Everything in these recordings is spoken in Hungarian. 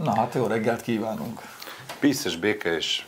Na hát jó reggelt kívánunk. Peace és béke és...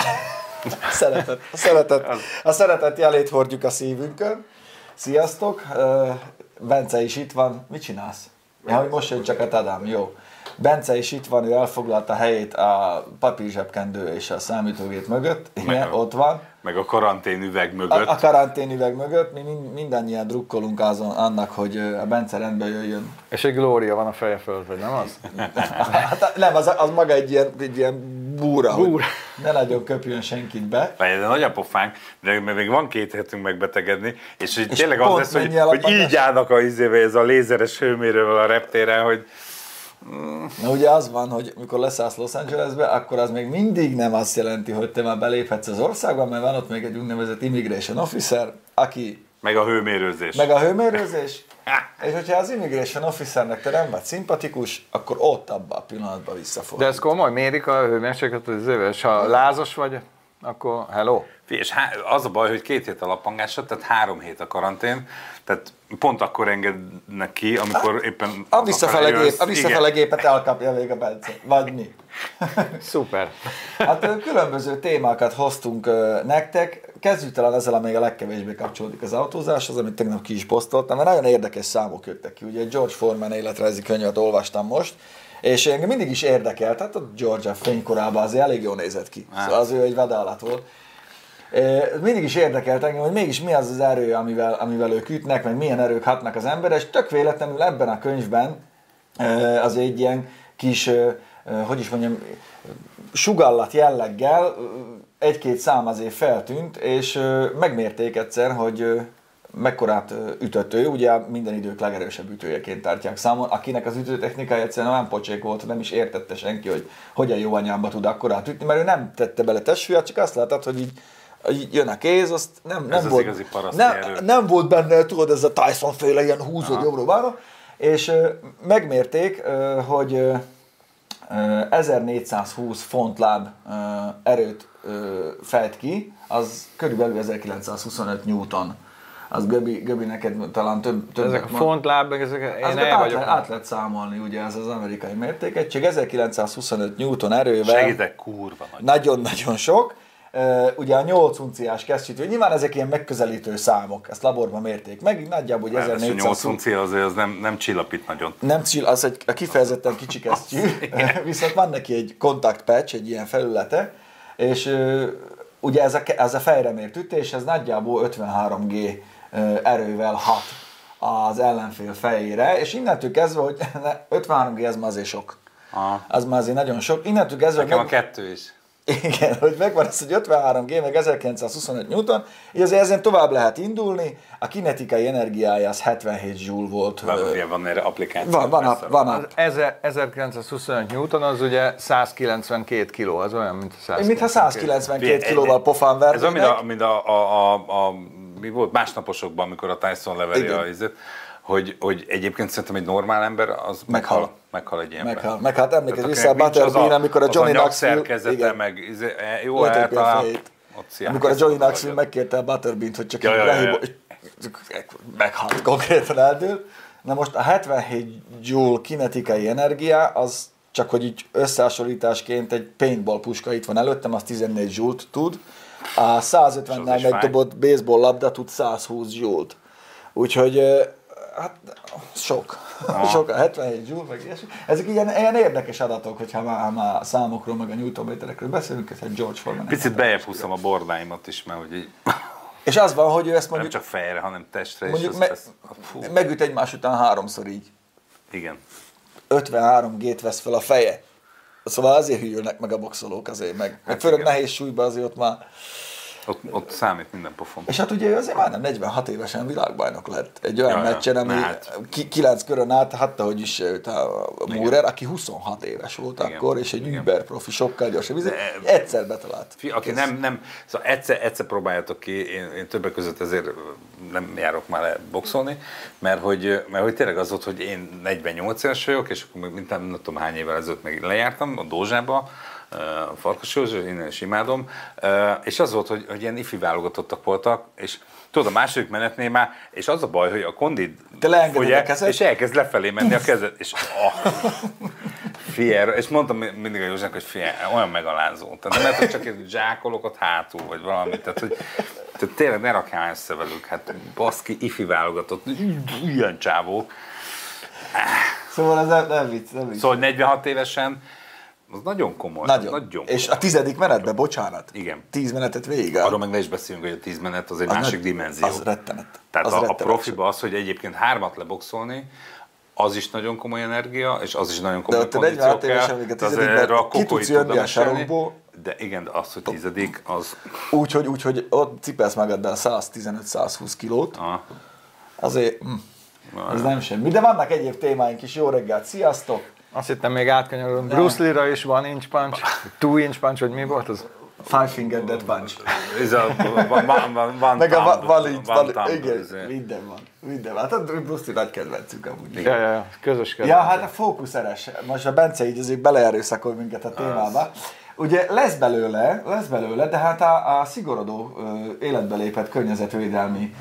A szeretet jelét hordjuk a szívünkön. Sziasztok! Bence is itt van. Mit csinálsz? Ja, hogy most jön csak a Tadám, jó. Bence is itt van, ő elfoglalta helyét a papírzsebkendő és a számítógép mögött. Igen, ott van. Meg a karanténüveg mögött. A karanténüveg mögött. Mi mindannyian drukkolunk annak, hogy a Bence rendbe jöjjön. És egy glória van a feje fölött, vagy nem az? Hát nem, az maga egy ilyen búra. Ne nagyon köpjön senkit be. De nagy a pofánk, de még van 2 hetünk megbetegedni, és tényleg az lesz, hogy így állnak ez a lézeres hőmérővel a reptéren, hogy... Na ugye az van, hogy mikor leszállsz Los Angelesbe, akkor az még mindig nem azt jelenti, hogy te már beléphetsz az országba, mert van ott még egy úgynevezett immigration officer, aki... Meg a hőmérőzés. És hogyha az immigration officernek te nem vagy szimpatikus, akkor ott abban a pillanatban visszafordul. De ez komoly, mérik a hőmérsékletet, és ha lázas vagy, akkor hello. És az a baj, hogy 2 hét a lappangásod, tehát 3 hét a karantén, tehát pont akkor engednek ki, amikor éppen... A visszafele gépet elkapja még a Bence, vagy mi? Szuper. Hát különböző témákat hoztunk nektek, kezdjük talán ezzel, amely a legkevésbé kapcsolódik az autózáshoz, amit tegnap ki is posztoltam, mert nagyon érdekes számok jöttek ki. Ugye George Foreman életrajzi könyvet olvastam most, és engem mindig is érdekelt, hát a Georgia fénykorában azért elég jól nézett ki. Szóval az ő egy vadállat volt. Mindig is érdekelt engem, hogy mégis mi az az erő, amivel ők ütnek, meg milyen erők hatnak az emberre, és tök véletlenül ebben a könyvben az egy ilyen kis, hogy is mondjam, sugallat jelleggel 1-2 szám azért feltűnt, és megmérték egyszer, hogy mekkorát ütött ő, ugye minden idők legerősebb ütőjeként tartják számon, akinek az ütőtechnikája egyszerűen olyan pocsék volt, nem is értette senki, hogy hogyan jó anyámba tud akkorát ütni, mert ő nem tette bele testfűet, csak azt láttad, hogy így jön a kéz, azt nem volt benne, tudod, ez a Tyson-féle ilyen húzó jobbra-balra, és megmérték, hogy 1420 fontláb erőt fejt ki, az körülbelül 1925 Newton. Az Göbi neked talán több ezek a fontláb, ezek én át lehet számolni, ugye ez az amerikai mértékegység. 1925 Newton erővel. Segítek, kurva nagy. Nagyon-nagyon sok. Ugye a 8 unciás kesztyűtő, nyilván ezek ilyen megközelítő számok, ezt laborban mérték meg, nagyjából, hogy 1400... 8 uncia azért az nem csillapít nagyon. Nem az egy kifejezetten kicsi kesztyű, viszont van neki egy contact patch, egy ilyen felülete, és ugye ez a fejre mért ütés, ez nagyjából 53G erővel hat az ellenfél fejére, és innentől kezdve, hogy 53G ez már azért sok. Az már azért nagyon sok. Innentől kezdve... Nekem a 2 is. Igen, hogy megvan ez, hogy 53G, meg 1925 Newton, így azért ezen tovább lehet indulni, a kinetikai energiája az 77 joule volt. Van erre applikáció. Van. 1925 Newton az ugye 192 kiló, az olyan, mint a 192. Mintha 192 kilóval pofán vernének. Ez olyan, mint mi volt másnaposokban, amikor a Tyson leveri a izet, hogy egyébként szerintem egy normál ember az meghal egy ilyenben. Meg hát emlékezz vissza a Butterbean, amikor a Johnny Knoxville... Jó eltalál. Amikor a Johnny Knoxville megkérte a Butterbeant, hogy csak meghalt, konkrétan eldőlt. Na most a 77 joule kinetikai energia, az csak hogy így összehasonlításként egy paintball puska itt van előttem, az 14 joule-t tud. A 150-nel megdobott baseball labda tud 120 joule-t. Úgyhogy hát sok a 77 joule, meg ilyesmi. Ezek ilyen érdekes adatok, hogyha már számokról, meg a newtonméterekről beszélünk, ez egy George Foreman. Picit bejebb húzom a bordáimat is, mert hogy így... És az van, hogy ő ezt mondjuk... Nem csak fejre, hanem testre. Mondjuk megüt egymás után 3-szor így. Igen. 53G-t vesz fel a feje. Szóval azért hűlnek meg a boxolók azért, meg főleg nehéz súlyban azért ott már... Ott számít minden pofon. És hát ugye azért már nem 46 évesen világbajnok lett. Egy olyan meccsen, ami 9 körön át, hát ahogy is a Moorer, aki 26 éves volt akkor, és egy über profi, sokkal gyorsabb. Egyszer betalált. Aki nem, szóval egyszer próbáljátok ki, én többek között ezért nem járok már le boxolni, mert hogy tényleg az volt, hogy én 48 éves vagyok, és akkor még nem tudom hány évvel ezelőtt még lejártam a Dózsába, a Farkas József, innen is imádom, és az volt, hogy ilyen ifi válogatottak voltak, és tudod, a második menetnél már, és az a baj, hogy a kondid fogy, és elkezd lefelé menni a kezed, és Fier, és mondtam mindig a Józsefnek, hogy figyelj, olyan megalázó. Tehát nem lehet, hogy csak egy zsákolok ott hátul, vagy valamit. Tehát tényleg ne rakjál össze velük. Hát baszki, ifi válogatott, ilyen csávók. Szóval ez nem vicc. Szóval 46 évesen, az nagyon komoly. Nagyon. És a 10. menetben, bocsánat. Igen. 10 menetet végig. Arról meg ne is beszélünk, hogy a 10 menet az egy másik dimenzió. Az rettenet. Tehát a profiba az, hogy egyébként 3-at leboxolni, az is nagyon komoly energia, és az is nagyon komoly kondíció kell. De ki tudsz jönni a sarokból. De igen, de az, hogy 10. az... Úgyhogy ott cipelsz magaddal 115-120 kilót. Azért ez nem semmi. De vannak egyéb témáink is. Jó reggelt, sziasztok! Azt hittem még átkanyarodunk. Bruce Lee-ra is van inch punch, 2 inch punch, vagy mi volt az? Five finger dead punch. Ez a meg a igen, minden van. Hát Bruce Lee nagy kedvencünk amúgy. Ja, közös kedvenc. Ja, hát a fókuszeres. Most a Bence így azért beleerőszakol minket a témába. Ugye lesz belőle, de hát a szigorodó életbe lépett környezetvédelmi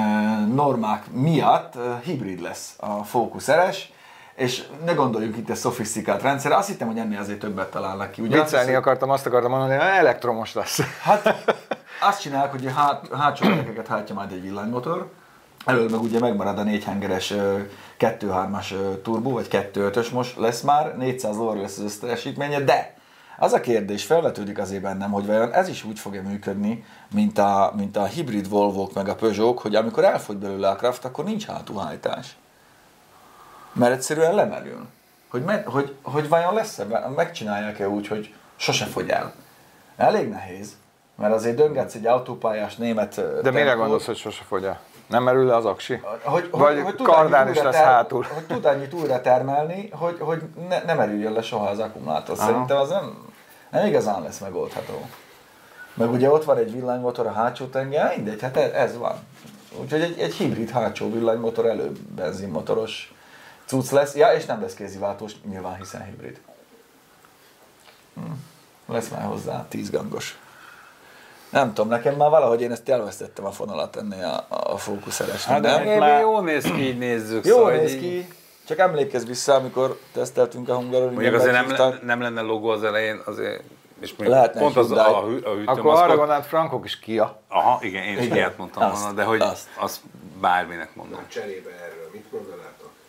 normák miatt hibrid lesz a fókuszeres, és ne gondoljuk itt egy szofisztikált rendszerre, azt hittem, hogy ennél azért többet találnak ki. Ugye viccelni akartam, azt akartam mondani, hogy elektromos lesz. Hát azt csinálják, hogy a hátsó kerekeket hajtja majd egy villanymotor, elől meg ugye megmarad a 4 hengeres 2.3-as turbó, vagy 2.5-ös most lesz már, 400 lóerő lesz az összteljesítménye, de az a kérdés felvetődik azért bennem, hogy vajon ez is úgy fog-e működni, mint a hibrid Volvók meg a Peugeot, hogy amikor elfogy belőle a kraft, akkor nincs hátulhajtás. Mert egyszerűen lemerül. Hogy vajon lesz ebben, megcsinálják-e úgy, hogy sose fogy el. Elég nehéz, mert azért döngetsz egy autópályás német... De mire gondolsz, hogy sose fogy el? Nem merül le az aksi? Vagy kardán is lesz hátul. Hogy tud annyit újra termelni, hogy ne merüljön le soha az akkumulátor. Szerintem az nem igazán lesz megoldható. Meg ugye ott van egy villanymotor a hátsó tenger, mindegy, hát ez van. Úgyhogy egy hibrid hátsó villanymotor, elő benzinmotoros cucc lesz. Ja, és nem lesz kéziváltós, nyilván hiszen hibrid. Lesz már hozzá 10 gangos. Nem tudom, nekem már valahogy én ezt elvesztettem a fonalat ennél a fókuszeresnél. Hát de már jól néz ki, így nézzük. Jól néz ki, csak emlékezz vissza, amikor teszteltünk a Hungaroringen. Mondjuk azért nem lenne logó az elején, azért... És lehetne pont az a hűtőmaszkot. Akkor arra gondolt Frankok is Kia. Aha, igen, én is Kiát mondtam volna, de hogy azt bárminek mondom. Cserébe erről mit mondanátok?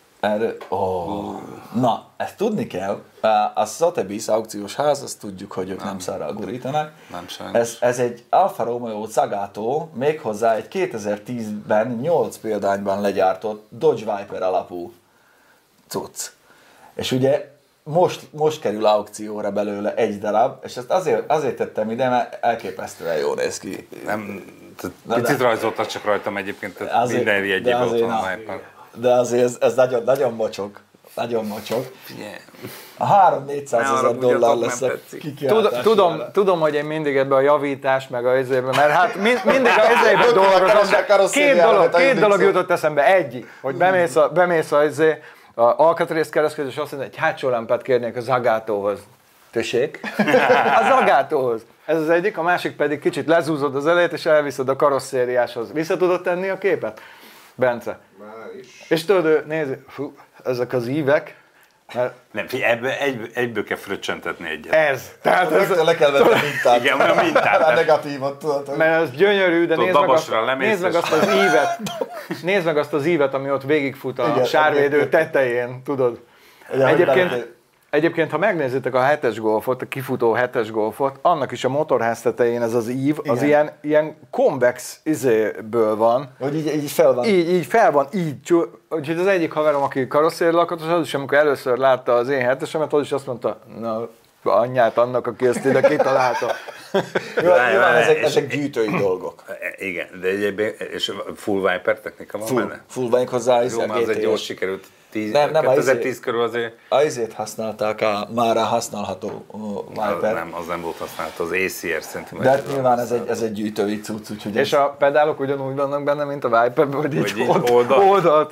Na, ezt tudni kell. A Sotheby's aukciós ház, azt tudjuk, hogy ők nem szarral gurítanak. Nem sajnos. Ez egy Alfa Romeo Zagato, méghozzá egy 2010-ben 8 példányban legyártott Dodge Viper alapú cucc. És ugye most kerül aukcióra belőle egy darab, és ezt azért tettem ide, mert elképesztően jól néz ki. Picit rajzoltak csak rajtam egyébként, minden jegyében ott van a Viper. De azért ez nagyon mocsok. Nagyon mocsok. A 300-400 ezer dollár lesz a kikiáltás. Tudom, hogy én mindig ebbe a javítás, meg a izébe, mert hát mindig a izébe dolgozom, de két dolog jutott eszembe. Egy, hogy bemész a alkatrészkereskedő, és azt mondja, hogy hátsó lámpát kérnék a Zagatóhoz. Tessék? A Zagatóhoz. Ez az egyik, a másik pedig kicsit lezúzod az elejét, és elviszed a karosszériáshoz. Vissza tudod tenni a képet? Bence. Már is. És tudod, nézd, ezek az ívek, mert... Nem, egyből kell fröccsentetni egyet. Ez. Tehát ez... Le kell venni a mintát. Igen, a mintát. A negatívot, tudod. Mert ez gyönyörű, de nézd meg azt az ívet. Nézd meg azt az ívet, ami ott végigfut a sárvédő tetején, tudod. Egyébként, ha megnézitek a 7-es Golfot, a kifutó 7-es Golfot, annak is a motorház tetején ez az ív, az ilyen konvex izéből van. Hogy így fel van. Így fel van, így. Úgyhogy az egyik haverom, aki karosszéri lakatos, az is, amikor először látta az én 7-esemet, az is azt mondta, na, anyját annak, aki ezt ide kitalálta. Nyilván ezek gyűjtői dolgok. Igen, de egyébként, és full Viper technika van benne? Full van hozzá, jó, már az egy jól sikerült. 2010 körül azért... Azért használták a már használható Viper. Nem, az nem volt használható, az ACR szerintem. De hát nyilván ez egy gyűjtői cucc, úgyhogy... És a pedálok ugyanúgy vannak benne, mint a Viperben, vagy így oldalt?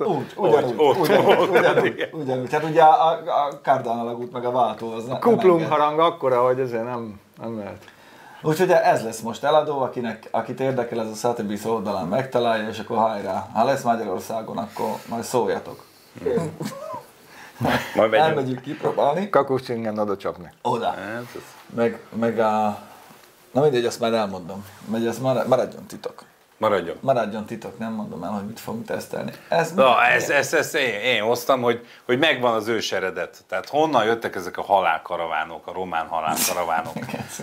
Ugyanúgy. Tehát ugye a kardánalagút meg a váltó az a kuplung harang akkora, hogy ezért nem lehet. Úgyhogy ez lesz most eladó, akit érdekel, ez a Sotheby's oldalán megtalálja, és akkor hajrá. Ha lesz Magyarországon, akkor majd szóljatok. Majd megyünk. Elmegyünk kipróbálni. Kakucsingen oda csapni. Oda. Meg a... Na mindegy, azt már elmondom. Megy, ez maradjon titok. Maradjon titok, nem mondom el, hogy mit fogunk tesztelni. Ezt én hoztam, hogy megvan az ős eredet. Tehát honnan jöttek ezek a halálkaravánok, a román halálkaravánok.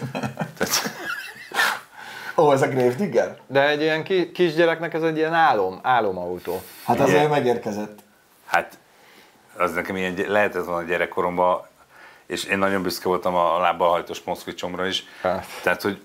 Ó, ez a Gravedigger? De egy ilyen kisgyereknek ez egy ilyen álomautó. Hát azért megérkezett. Hát az nekem ilyen lehetett volna gyerekkoromban, és én nagyon büszke voltam a lábbal hajtós moszkvicsomra is. Tehát, hogy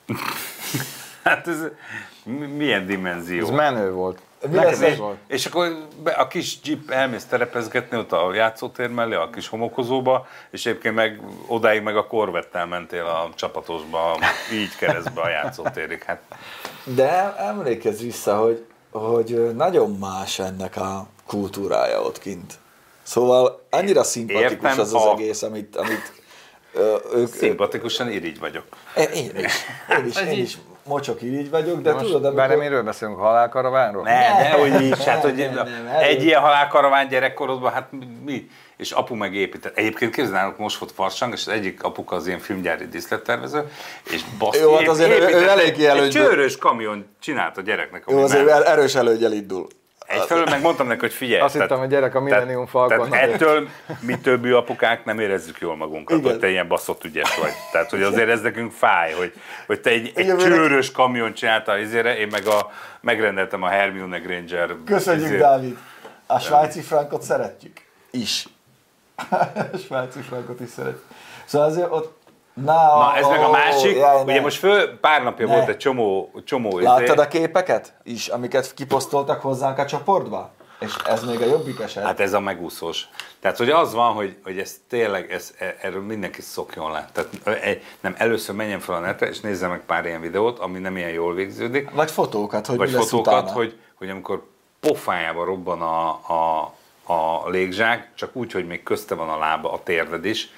hát ez milyen dimenzió. Ez menő volt. És akkor a kis jeep elmész terepezgetni ott a játszótér mellé, a kis homokozóba, és egyébként meg odáig meg a Corvettel mentél a csapatosba, így keresztbe a játszótérig. Hát. De emlékezz vissza, hogy nagyon más ennek a kultúrája ott kint. Szóval annyira szimpatikus értem, az egész, amit ők... Szimpatikusan irigy vagyok. Én is mocsok irigy vagyok, de tudod, amikor... Bár nem miről beszélünk, halálkaravánról? Nehogy is, hát hogy egy ilyen halálkaraván gyerekkorodban, hát mi? És apu megépített. Egyébként képzelnálok, most volt farsang, és az egyik apuka az ilyen filmgyári díszlettervező, és baszki, jó, hát azért ő elég egy csőrös kamion csinált a gyereknek. Jó, azért erős elődgyel indul. Egyfelől meg mondtam neki, hogy figyelj. Azt hittem, hogy gyerek a Millennium Falcon. Tehát ettől mi többi apukák nem érezzük jól magunkat, hogy te ilyen baszott ügyes vagy. Tehát, hogy azért ez nekünk fáj, hogy te egy csőrös kamion csináltál izére, én meg megrendeltem a Hermione Granger. Köszönjük, Dávid! A svájci frankot szeretjük. Is. A svájci frankot is szeretjük. Szóval azért ott... Na ez meg a másik, ugye most pár napja volt egy csomó Láttad a képeket is, amiket kiposztoltak hozzánk a csoportba? És ez még a jobbik eset? Hát ez a megúszós. Tehát, hogy az van, hogy ez tényleg, erről mindenki szokjon le. Tehát nem, először menjen fel a netre, és nézze meg pár ilyen videót, ami nem ilyen jól végződik. Vagy fotókat, hogy vagy mi lesz fotókat, utána. hogy amikor pofájába robban a légzsák, csak úgy, hogy még közte van a lába, a térded is.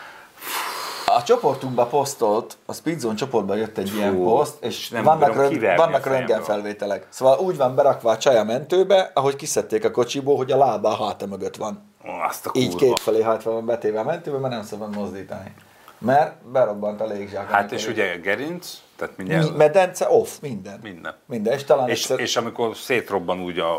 A csoportunkba posztolt, a Speedzone csoportban jött egy ilyen poszt, és nem vannak röntgenfelvételek. Szóval úgy van berakva a csaj a mentőbe, ahogy kiszedték a kocsiból, hogy a lába a háta mögött van. Azt a így kétfelé hátva van betéve a mentőbe, mert nem szabad mozdítani. Mert berobbant a légzsák. Hát és ugye gerinc, tehát mindjárt... Medence off, minden. Minden. És, talán és amikor szétrobban úgy a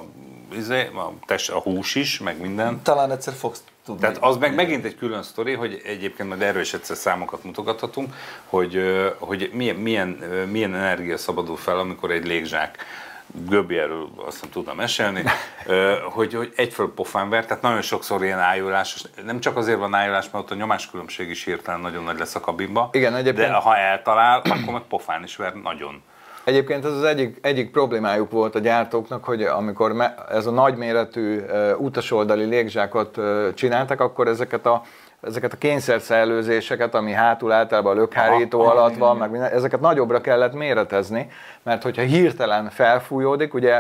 hús is, meg minden. Talán egyszer fogsz tudni. Tehát az meg megint egy külön sztori, hogy egyébként majd erről is egyszer számokat mutogathatunk, hogy milyen energia szabadul fel, amikor egy légzsák, Göbbi erről azt nem tudna mesélni, hogy egyfelől pofán ver, tehát nagyon sokszor ilyen ájulás, nem csak azért van ájulás, mert ott a nyomáskülönbség is hirtelen nagyon nagy lesz a kabinba, igen, de ha eltalál, akkor meg pofán is ver nagyon. Egyébként ez az egyik problémájuk volt a gyártóknak, hogy amikor ez a nagyméretű utasoldali légzsákot csináltak, akkor ezeket a kényszerszellőzéseket, ami hátul általában a lökhárító alatt van, meg minden, ezeket nagyobbra kellett méretezni, mert hogyha hirtelen felfújódik, ugye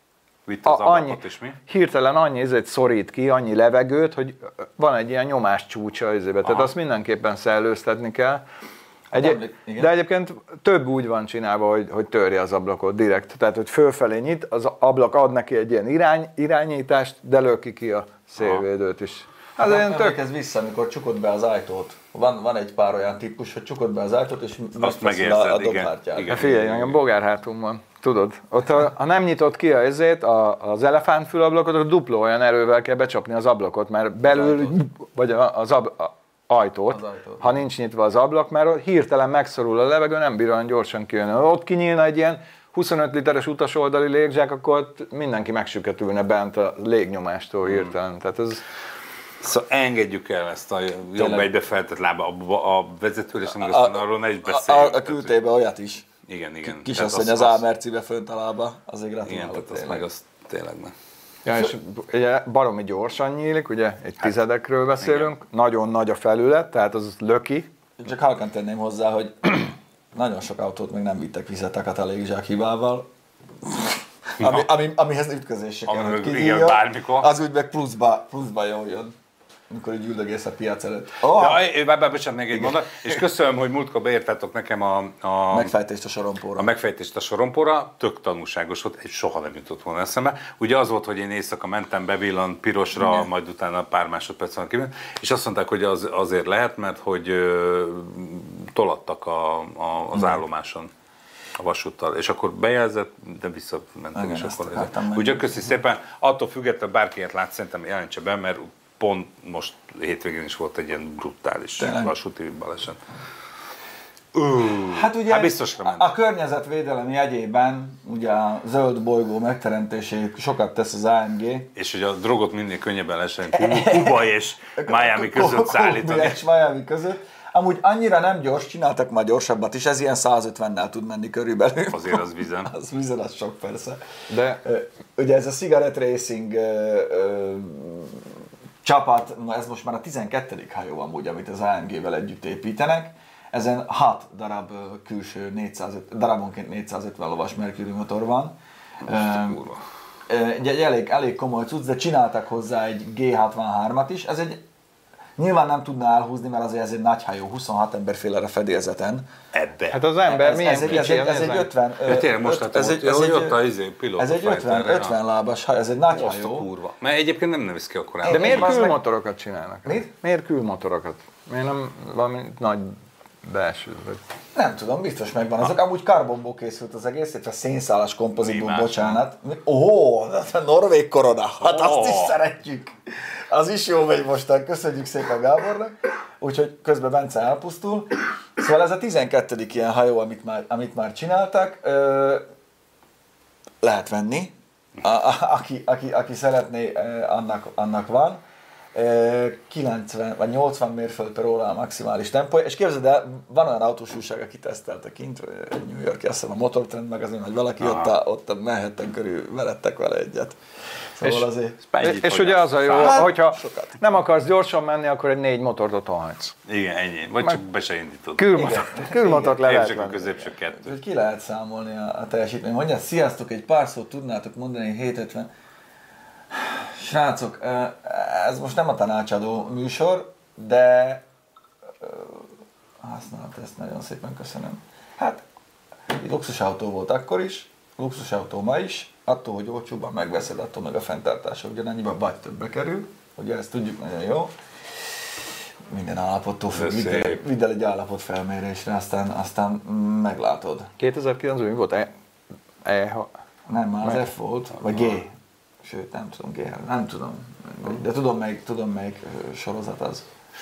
hirtelen annyi szorít ki, annyi levegőt, hogy van egy ilyen nyomás csúcsa, tehát azt mindenképpen szellőztetni kell. De egyébként több úgy van csinálva, hogy törje az ablakot direkt. Tehát, hogy fölfelé nyit, az ablak ad neki egy ilyen irányítást, de löki ki a szélvédőt is. Hát emlékezz vissza, amikor csukod be az ajtót. Van egy pár olyan típus, hogy csukod be az ajtót, és megfeszül a dobhártyát. Igen. Figyelj, nekem bogárhátum van. Tudod, ott ha nem nyitott ki az elefántfülablakot, akkor duplo olyan erővel kell becsapni az ablakot, mert belül, vagy az ajtót, ha nincs nyitva az ablak, mert hirtelen megszorul a levegő, nem bír olyan gyorsan kijönni. Ott kinyílna egy ilyen 25 literes utasoldali légzsák, akkor mindenki megsüketülne bent a légnyomástól hirtelen. Tehát ez... Szóval engedjük el ezt a jobb egybefeltett lába a vezetőre, és arról ne is beszéljünk. A kültében olyat is. Igen. Kisasszony az A-mercibe fönt a lába, azért gratulálok. Igen, tehát meg azt tényleg meg. Ja, és ugye baromi gyorsan nyílik, ugye egy tizedekről beszélünk, igen. Nagyon nagy a felület, tehát az löki. Csak halkan tenném hozzá, hogy nagyon sok autót még nem vittek vizetakat a légzsák hibával, amihez ütközésre kell, hogy bármikor. Az úgy meg pluszba jól jön. amikor így üldögész a piac előtt. Bocsánat, még egy mondat, és köszönöm, hogy múltkor beírtátok nekem a megfejtést a sorompóra. A megfejtést a sorompóra, tök tanulságos volt, egy soha nem jutott volna eszembe. Ugye az volt, hogy én éjszaka mentem, bevillant pirosra, igen. Majd utána pár másodperc kívül, és azt mondták, hogy azért lehet, mert hogy tolattak az állomáson a vasúttal, és akkor bejelzett, de visszamentek, és akkor úgyhogy köszi szépen, attól függetlenül bárkiért lát, szerintem jelentse be, mert pont most hétvégén is volt egy ilyen brutális vasúti baleset. Hát ugye hát biztosra ment. A környezetvédelem jegyében ugye a zöld bolygó megteremtéséért sokat tesz az AMG. És hogy a drogot minél könnyebben lehessen Kuba és Miami között szállítani. És Miami között. Amúgy annyira nem gyors, csináltak már gyorsabbat is, ez ilyen 150-nel tud menni körülbelül. Azért az vizen. Az vizen, az sok persze. De ugye ez a Cigarette Racing csapat, ez most már a 12. hajó amúgy, amit az AMG-vel együtt építenek. Ezen 6 darab külső, darabonként 450 lovas Mercury motor van. Egy elég komoly cucc, de csináltak hozzá egy G63-at is. Ez egy nyilván nem tudná elhúzni, mert azért ez egy nagy hajó, 26 ember fél a fedélzeten. Ebbe. Hát az ember milyen kicsi, ez egy 50... Tényleg most látom, hogy ott a pilóta. Ez egy 50 lábas hajó, ez egy nagy hajó. Kurva. Mert egyébként nem néz ki akkor. De miért külmotorokat csinálnak? Mit? Miért külmotorokat? Miért nem valami nagy belső? Nem tudom, biztos megvan. Azok amúgy karbonból készült az egész, illetve szénszálas kompozitból, bocsánat. A norvég korona, hát azt is szeretjük. Az is jó megy mostan, köszönjük szépen Gábornak. Úgyhogy közben Bence elpusztul. Szóval ez a 12. ilyen hajó, amit már csináltak. Lehet venni. Aki szeretné, annak van. 90 vagy 80 mérföld per óra a maximális tempója, és képzeld el, van olyan autós újság, aki tesztelte kint, New York, azt hiszem a Motortrend magazin, hogy valaki ott Manhattan körül verettek vele egyet. Szóval azért... És ugye az a jó, hogyha nem akarsz gyorsan menni, akkor egy 4 motort otthon hagysz. Igen, ennyi. Vagy csak be se indítod. Külmotort le lehet venni. Csak a középső kettő. Ki lehet számolni a teljesítményt. Mondjad, sziasztok, egy pár szót tudnátok mondani 750. Srácok, ez most nem a tanácsadó műsor, de ezt nagyon szépen köszönöm. Hát, egy luxusautó volt akkor is, luxusautó ma is, attól, hogy olcsóban megveszed, attól meg a fenntartása ugyanannyiban vagy többbe kerül, ugye ezt tudjuk nagyon jó. Minden állapottól függ, vidd el egy állapot felmérésre, aztán meglátod. 2009-ben mi volt? Nem, már az F volt, vagy G. Sőt, nem tudom, nem tudom, de tudom melyik sorozat az.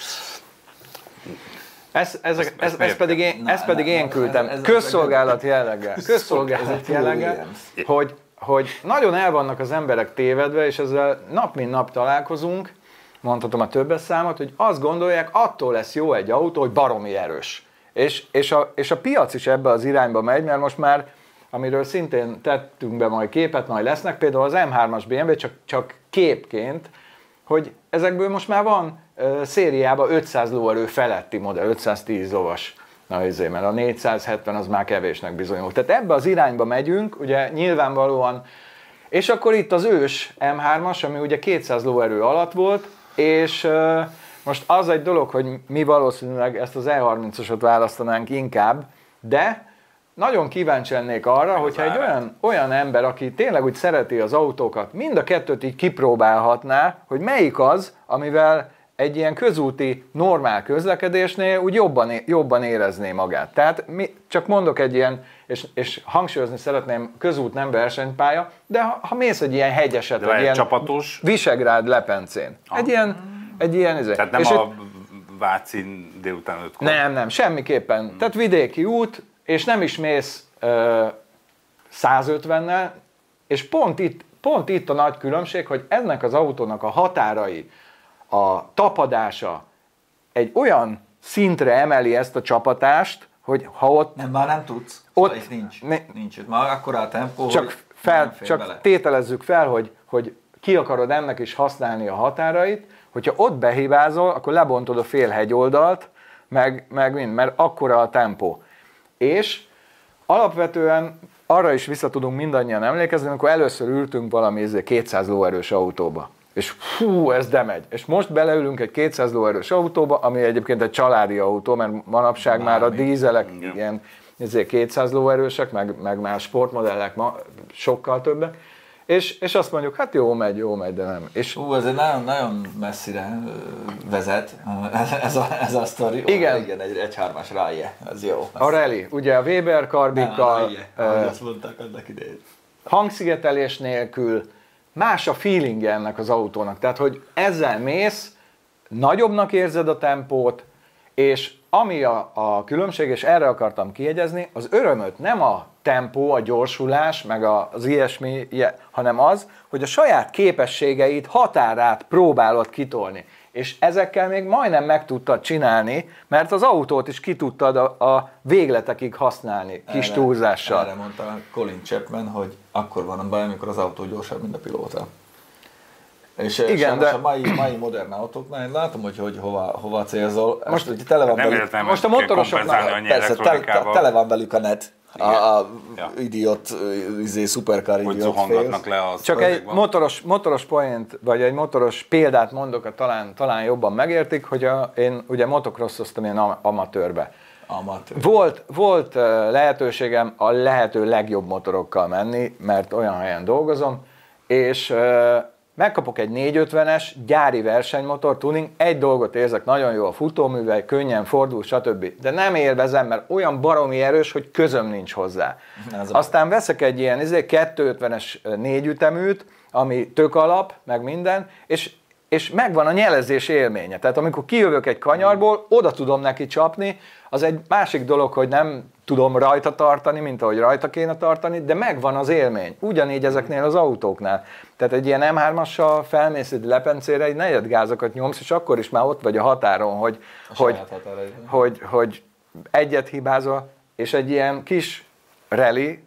Ez pedig én küldtem, közszolgálati jelleggel. Közszolgálati jelleggel, hogy nagyon el vannak az emberek tévedve, és ezzel nap mint nap találkozunk, mondhatom a többes számot, hogy azt gondolják, attól lesz jó egy autó, hogy baromi erős. És a piac is ebbe az irányba megy, mert most már amiről szintén tettünk be majd képet, majd lesznek, például az M3-as BMW csak képként, hogy ezekből most már van szériában 500 lóerő feletti modell, 510 lovas, mert a 470 az már kevésnek bizonyul. Tehát ebbe az irányba megyünk, ugye nyilvánvalóan, és akkor itt az ős M3-as, ami ugye 200 lóerő alatt volt, és most az egy dolog, hogy mi valószínűleg ezt az E30-osot választanánk inkább, de nagyon kíváncsi lennék arra, hogyha egy olyan ember, aki tényleg úgy szereti az autókat, mind a kettőt így kipróbálhatná, hogy melyik az, amivel egy ilyen közúti normál közlekedésnél úgy jobban érezné magát. Tehát csak mondok egy ilyen, és hangsúlyozni szeretném, közút nem versenypálya, de ha mész egy ilyen hegyeset, egy ilyen csapatos Visegrád Lepencén, egy ilyen tehát nem a Vácin délután 5-kor. Nem, semmiképpen. Tehát vidéki út, és nem is mész 150-nel, és pont itt a nagy különbség, hogy ennek az autónak a határai, a tapadása egy olyan szintre emeli ezt a csapatást, hogy ha ott... Már nem tudsz. Szóval itt nincs. Már akkora a tempó, csak tételezzük fel, hogy ki akarod ennek is használni a határait, hogyha ott behibázol, akkor lebontod a fél hegyoldalt, mert akkora a tempó. És alapvetően arra is vissza tudunk mindannyian emlékezni, amikor először ültünk valami 200 lóerős autóba. és fú, ez de megy. És most beleülünk egy 200 lóerős autóba, ami egyébként egy családi autó, mert manapság már a dízelek ilyen 200 lóerősek, meg már sportmodellek sokkal többek. És azt mondjuk, hát jó megy, de nem. És ez egy nagyon messzire vezet, ez a sztori. Igen, egy hármas rálye, ez jó. A rally, ugye a Weber karbikkal, azt mondták annak idején. hangszigetelés nélkül, más a feelingje ennek az autónak. Tehát, hogy ezzel mész, nagyobbnak érzed a tempót, és ami a különbség, és erre akartam kiegyezni, az örömöt nem a tempó, a gyorsulás, meg az ilyesmi, hanem az, hogy a saját képességeid határát próbálod kitolni. És ezekkel még majdnem meg tudtad csinálni, mert az autót is ki tudtad a végletekig használni, kis túlzással. Erre mondta Colin Chapman, hogy akkor van a baj, amikor az autó gyorsabb, mint a pilóta. És igen, de a mai modern autóknál én látom, hogy hova célzol. Most ugye tele van velük. Most a motorosoknál persze, tele van velük a net. A idiot, supercar idiot fél. Csak egy motoros point, vagy egy motoros példát mondok, talán jobban megértik, hogy én ugye motocrossoztam ilyen amatőrbe. Volt lehetőségem a lehető legjobb motorokkal menni, mert olyan helyen dolgozom, és megkapok egy 450-es gyári versenymotor, tuning, egy dolgot érzek, nagyon jó a futóművel, könnyen fordul, stb. De nem élvezem, mert olyan baromi erős, hogy közöm nincs hozzá. Aztán veszek egy ilyen 250-es négyüteműt, ami tök alap, meg minden, és megvan a nyelezés élménye. Tehát amikor kijövök egy kanyarból, oda tudom neki csapni, az egy másik dolog, hogy nem tudom rajta tartani, mint ahogy rajta kéne tartani, de megvan az élmény. Ugyanígy ezeknél az autóknál. Tehát egy ilyen M3-assal felmész egy lepencére, egy negyedgázakat nyomsz, és akkor is már ott vagy a határon, hogy egyet hibázol, és egy ilyen kis rally,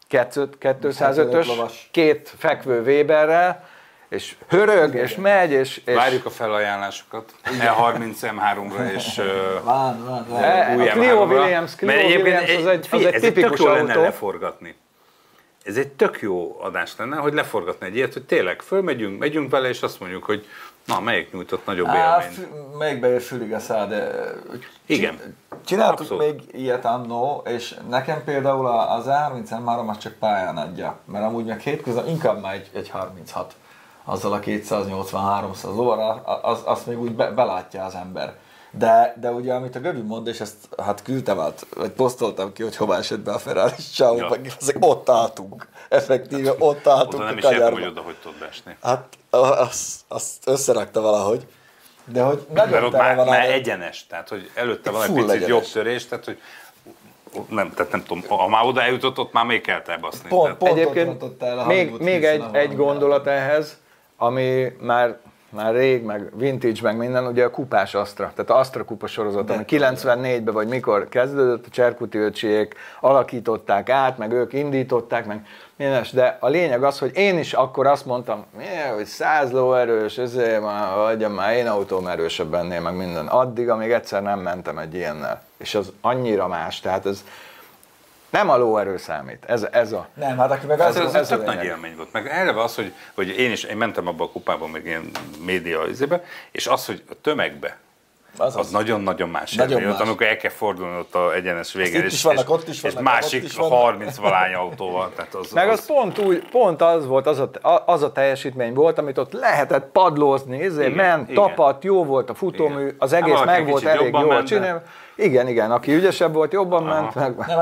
205-ös, két fekvő Weberrel, és hörög, és megy, és... Várjuk a felajánlásokat. E30 M3-ra, és új M3-ra. Clio Williams az egy tipikus autó. Lenne leforgatni. Ez egy tök jó adás lenne, hogy leforgatni egy ilyet, hogy tényleg megyünk vele, és azt mondjuk, hogy na, melyik nyújtott nagyobb élményt. Melyikbe ér fülig a szád, de... Igen. Csináltuk abszolút még ilyet annó, és nekem például az A30 M3 az csak pályán adja, mert amúgy meg hétközben inkább már egy 36. Azzal a 280-300 lóval, azt még úgy belátja az ember. De ugye, amit a Göbi mond, és ezt hát küldtem át, vagy posztoltam ki, hogy hova esett be a Ferrari csávóba, ott álltunk. Effektíve ott álltunk oda a nem is értem, hogy kanyarba. oda hogy tud beesni. Hát azt összerakta valahogy. De hogy mert ott már egyenes, tehát hogy előtte van egy picit jobb törés, tehát hogy nem tudom, ha már oda eljutott, ott már még kell baszni. Pont egyébként még egy gondolat ehhez, ami már rég, meg vintage, meg minden, ugye a kupás Astra, tehát a Astra kupa sorozat, ami 94-ben vagy mikor kezdődött, a Cserkuti öcsiék alakították át, meg ők indították, meg minden, de a lényeg az, hogy én is akkor azt mondtam, hogy 100 lóerős, ezért már én autóm erősebb ennél, meg minden. Addig, amíg egyszer nem mentem egy ilyennel. És az annyira más, tehát ez nem a lóerő számít, ez a... Nem, hát aki meg ez tök nagy élmény volt. Meg eleve az, hogy én mentem abba a kupában, meg ilyen média izébe, és az, hogy a tömegbe, az nagyon-nagyon más élmény volt, amikor el kell fordulni ott a egyenes végen, és másik 30-valány autóval. Tehát az pont az volt, az a teljesítmény volt, amit ott lehetett padlózni, ment, tapadt, jó volt a futómű, az egész meg volt elég jól csinálva. Igen, aki ügyesebb volt, jobban ment,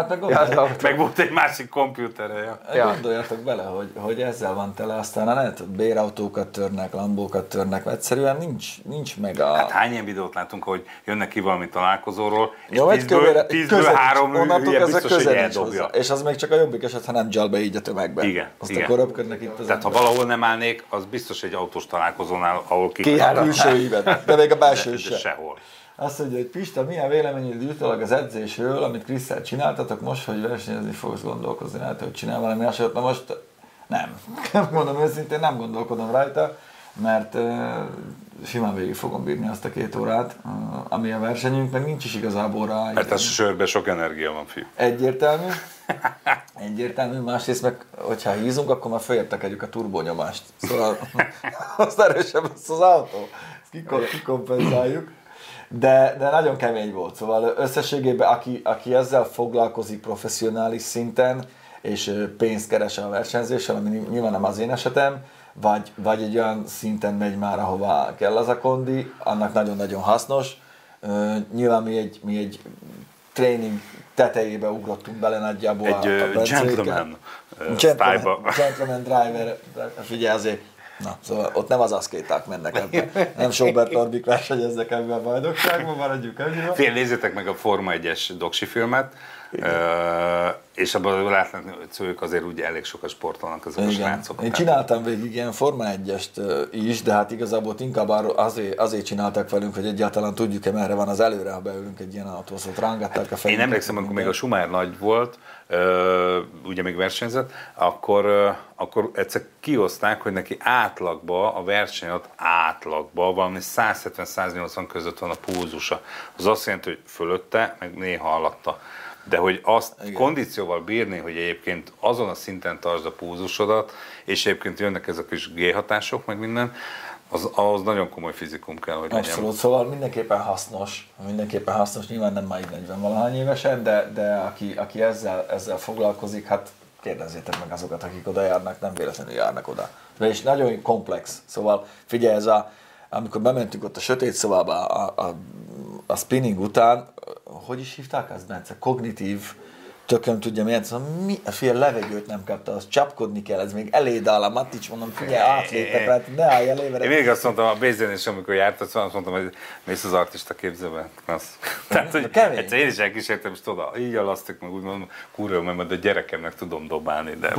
meg volt egy másik komputere. Gondoljatok bele, hogy ezzel van tele, aztán a net bérautókat törnek, lambókat törnek, egyszerűen nincs meg a... Hát hány ilyen videót látunk, hogy jönnek ki valami találkozóról, és 10-ből 3 hülye biztos, hogy eldobja. És az még csak a jobbik eset, ha nem dzsal be így a tömegben. Igen. Akkor röpködnek itt az tehát ha valahol nem állnék, az biztos egy autós találkozónál, ahol kijár a külsőiben, de még a belső se. Sehol. Azt mondja, hogy Pista, milyen véleményed jutólag az edzésről, amit Krisztel csináltatok most, hogy versenyezni fogsz, gondolkozni, lehet, hogy csinál valami hasonlót. Na most nem. Mondom őszintén, nem gondolkodom rajta, mert simán végig fogom bírni azt a 2 órát, ami a versenyünk, meg nincs is igazából rá. Hát a sörben sok energia van, fiú. Egyértelmű, másrészt meg, hogyha hízunk, akkor már följebb tekerjük a turbónyomást. Szóval azt erősebb lesz az autó, ezt kikompenzáljuk. De nagyon kemény volt, szóval összességében aki ezzel foglalkozik professzionális szinten, és pénzt keres a versenyzéssel, ami nyilván nem az én esetem, vagy egy olyan szinten megy már, ahová kell az a kondi, annak nagyon-nagyon hasznos. Nyilván mi egy tréning tetejébe ugrottunk bele nagyjából egy gentleman Gentleman driver, figyelj azért. Na, szóval ott nem az aszkéták mennek ebbe. Nem Sobert Norbik versenyeznek ebben a bajnokságban, maradjuk ebben. Nézzétek meg a Forma 1-es doksi filmet, és abban látnak, hogy ők azért úgy elég sokat sportolnak ezek a srácok. Én csináltam végig ilyen Forma 1-est is, de hát igazából inkább azért csináltak velünk, hogy egyáltalán tudjuk-e merre van az előre, ha beülünk egy ilyen autóhoz, ott rángatták a fejünket. Én emlékszem, amikor még a Schumacher nagy volt, ugye még versenyzett, akkor egyszer kioszták, hogy neki átlagban, a verseny alatt átlagban valami 170-180 között van a pulzusa. Az azt jelenti, hogy fölötte, meg néha alatta. De hogy azt kondícióval bírni, hogy egyébként azon a szinten tartsd a pulzusodat, és egyébként jönnek ezek a kis G-hatások, meg minden, az nagyon komoly fizikum kell, hogy legyen. Abszolút, szóval mindenképpen hasznos, nyilván nem már így 40-valahány évesen, de aki ezzel foglalkozik, hát kérdezzétek meg azokat, akik oda járnak, nem véletlenül járnak oda. És nagyon komplex, szóval figyelj, amikor bementünk ott a sötét szobába a spinning után, hogy is hívták azt, Bence? Kognitív, tököm tudja milyen, szóval fél levegőt nem kapta, az csapkodni kell, ez még eléd áll, a Mattics, mondom, figyelj, átléptek rá, ne állj elé, Én még azt mondtam, a Bézén is, amikor járt, azt mondtam, hogy mész az artista képzőbe. Tehát, hogy egyszer én is elkísértem, és tudod, így alasztok meg, úgy mondom, kurva, mert majd a gyerekemnek tudom dobálni, de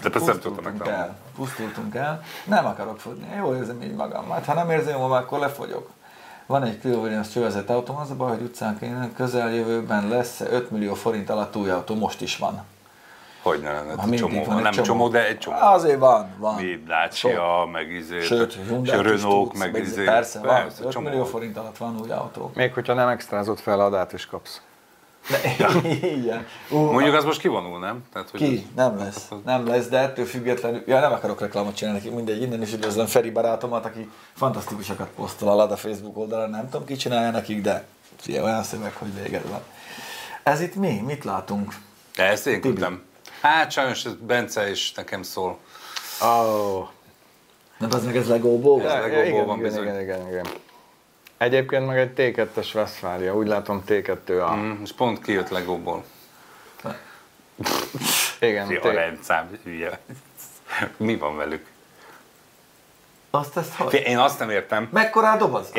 pusztultunk el, nem akarok fogni, jól érzem így magam, hát ha nem érzem jól, akkor lefogyok. Van egy Clio-Williams csövezett autóm, az a baj, hogy utcán közeljövőben lesz 5 millió forint alatt új autó, most is van. Hogy ne lenne, csomó van, nem csomó, de egy csomó. Azért van. Mi Dacia, meg izé, sőt, Renault, meg izé. Persze, van, 5 millió forint alatt van új autó. Még hogyha nem extrázott fel, adát is kapsz. Igen. Mondjuk az most kivonul, nem? Tehát, hogy ki? Nem lesz, de ettől függetlenül, nem akarok reklámot csinálni neki, mindegy, innen is üdvözlöm Feri barátomat, aki fantasztikusakat posztol a Facebook oldalon, nem tudom ki csinálja nekik, de olyan szöveg, hogy véged van. Ez itt mi? Mit látunk? Ezt én küldtem. Hát sajnos Bence is nekem szól. Nem, az meg ez Legóból? Ez Legóból van bizony. Igen. Egyébként meg egy T2-es Westfalia, úgy látom T2A. És pont kijött Legóból. Igen. A rendszám, hülye. Mi van velük? Én azt nem értem. Mekkora a doboz?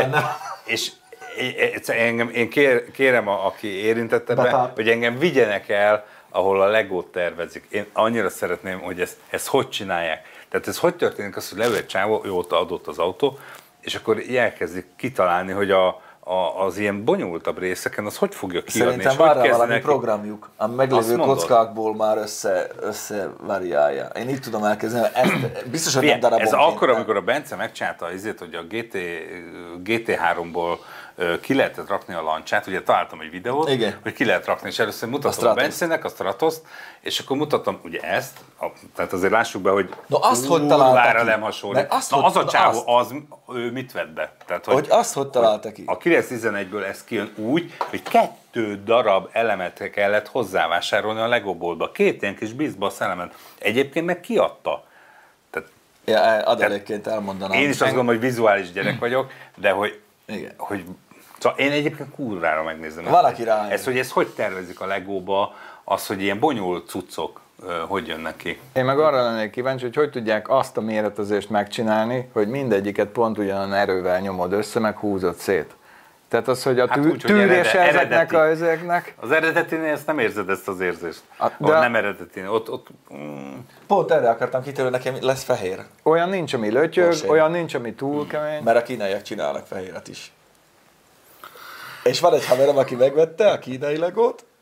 Én kérem, aki érintett ebben, hogy engem vigyenek el, ahol a Legót tervezik. Én annyira szeretném, hogy ezt hogy csinálják. Tehát ez hogy történik az, hogy leül egy csávó, ő ott adott az autó, és akkor elkezdik kitalálni, hogy az ilyen bonyolultabb részeken az hogy fogja kiadni. Szerintem van rá valami programjuk, a meglévő kockákból már összevariálja. Én így tudom elkezdeni, ezt biztos, hogy nem darabonként. Ez akkor, amikor a Bence megcsinálta azért, hogy a GT3-ból ki lehetett rakni a lancsát, ugye találtam egy videót, igen, hogy ki lehet rakni, és először mutatom a Bencének a Stratoszt, és akkor mutatom ugye ezt, tehát azért lássuk be, hogy kurvára nem hasonlít. Az a csávó, ő mit vett be? Tehát, hogy azt hogy találta ki? A 911-ből ez kijön úgy, hogy 2 darab elemet kellett hozzávásárolni a Lego boltba. 2 ilyen kis bizbasz elemet. Egyébként meg kiadta. Adalékként elmondanám. Én is azt gondolom, hogy vizuális gyerek vagyok, de hogy szóval én egyébként kurvára megnézem. Valaki rájön. Ez hogy tervezik a Legóba, az, hogy ilyen bonyolult cuccok hogy jönnek ki? Én meg arra lennék kíváncsi, hogy tudják azt a méretezést megcsinálni, hogy mindegyiket pont ugyanan erővel nyomod össze, meg húzod szét. Tehát az, hogy a tűrés ezeknek a ezeknek... Az eredetinél ezt nem érzed, ezt az érzést. Nem eredetinél. Ott pont erre akartam kitérni, nekem lesz fehér. Olyan nincs, ami lötyög, olyan nincs, ami túl kemény. Mert a kínaiak csinálnak fehéret is. És van egy haverom, aki megvette a kínai Legót,